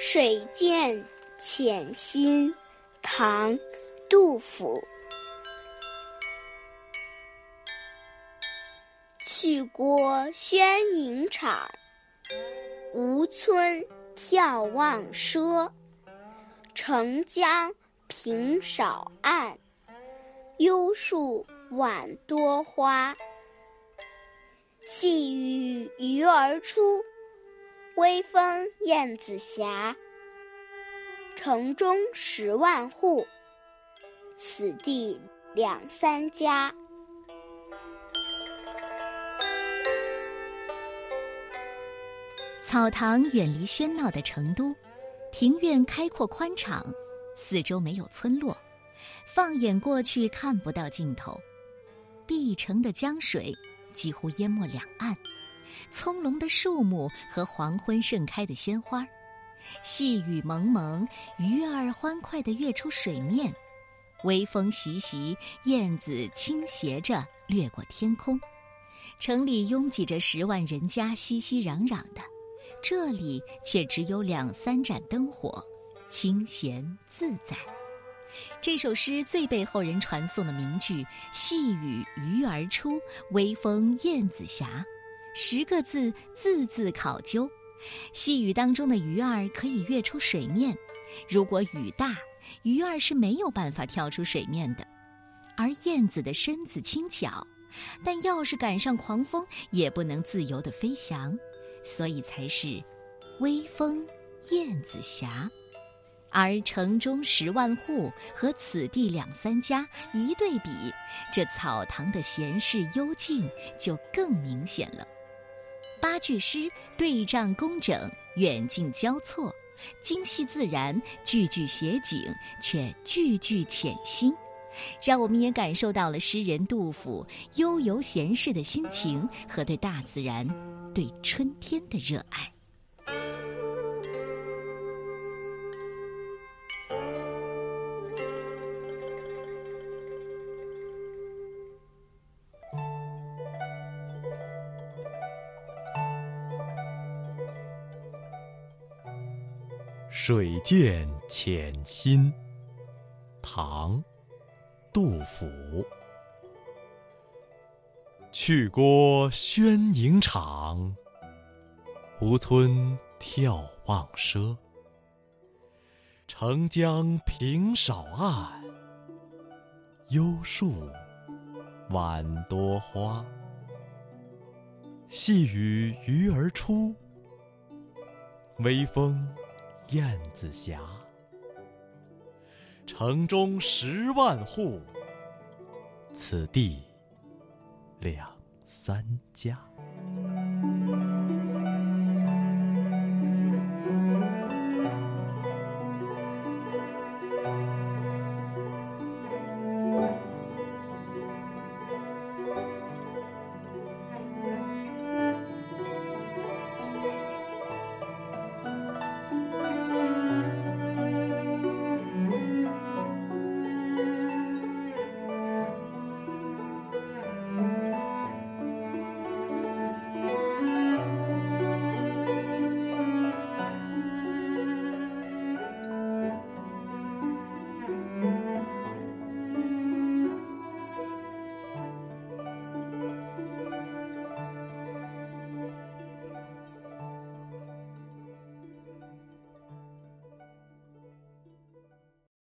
水涧浅心，唐·杜甫。去过宣营场，吴村眺望奢。澄江平少岸，幽树晚多花。细雨鱼儿出，微风燕子斜。城中10万户，此地2、3家。 草堂远离喧闹的成都，庭院开阔宽敞，四周没有村落，放眼过去看不到尽头。碧城的江水几乎淹没两岸，葱茏的树木和黄昏盛开的鲜花，细雨蒙蒙，鱼儿欢快地跃出水面，微风习习，燕子倾斜着掠过天空。城里拥挤着10万人家，熙熙攘攘的，这里却只有2、3盏灯火，清闲自在。这首诗最被后人传颂的名句“细雨鱼儿出，微风燕子斜”，10个字字字考究。细雨当中的鱼儿可以跃出水面，如果雨大，鱼儿是没有办法跳出水面的。而燕子的身子轻巧，但要是赶上狂风，也不能自由地飞翔，所以才是微风燕子斜。而城中10万户和此地2、3家一对比，这草堂的闲适幽静就更明显了。8句诗对仗工整，远近交错，精细自然，句句写景，却句句潜心，让我们也感受到了诗人杜甫悠游闲适的心情和对大自然、对春天的热爱。 水涧浅心，唐·杜甫。去过宣营场，吴村眺望奢。澄江平少岸，幽树晚多花。细雨鱼儿出，微风燕子斜。城中10万户，此地2、3家。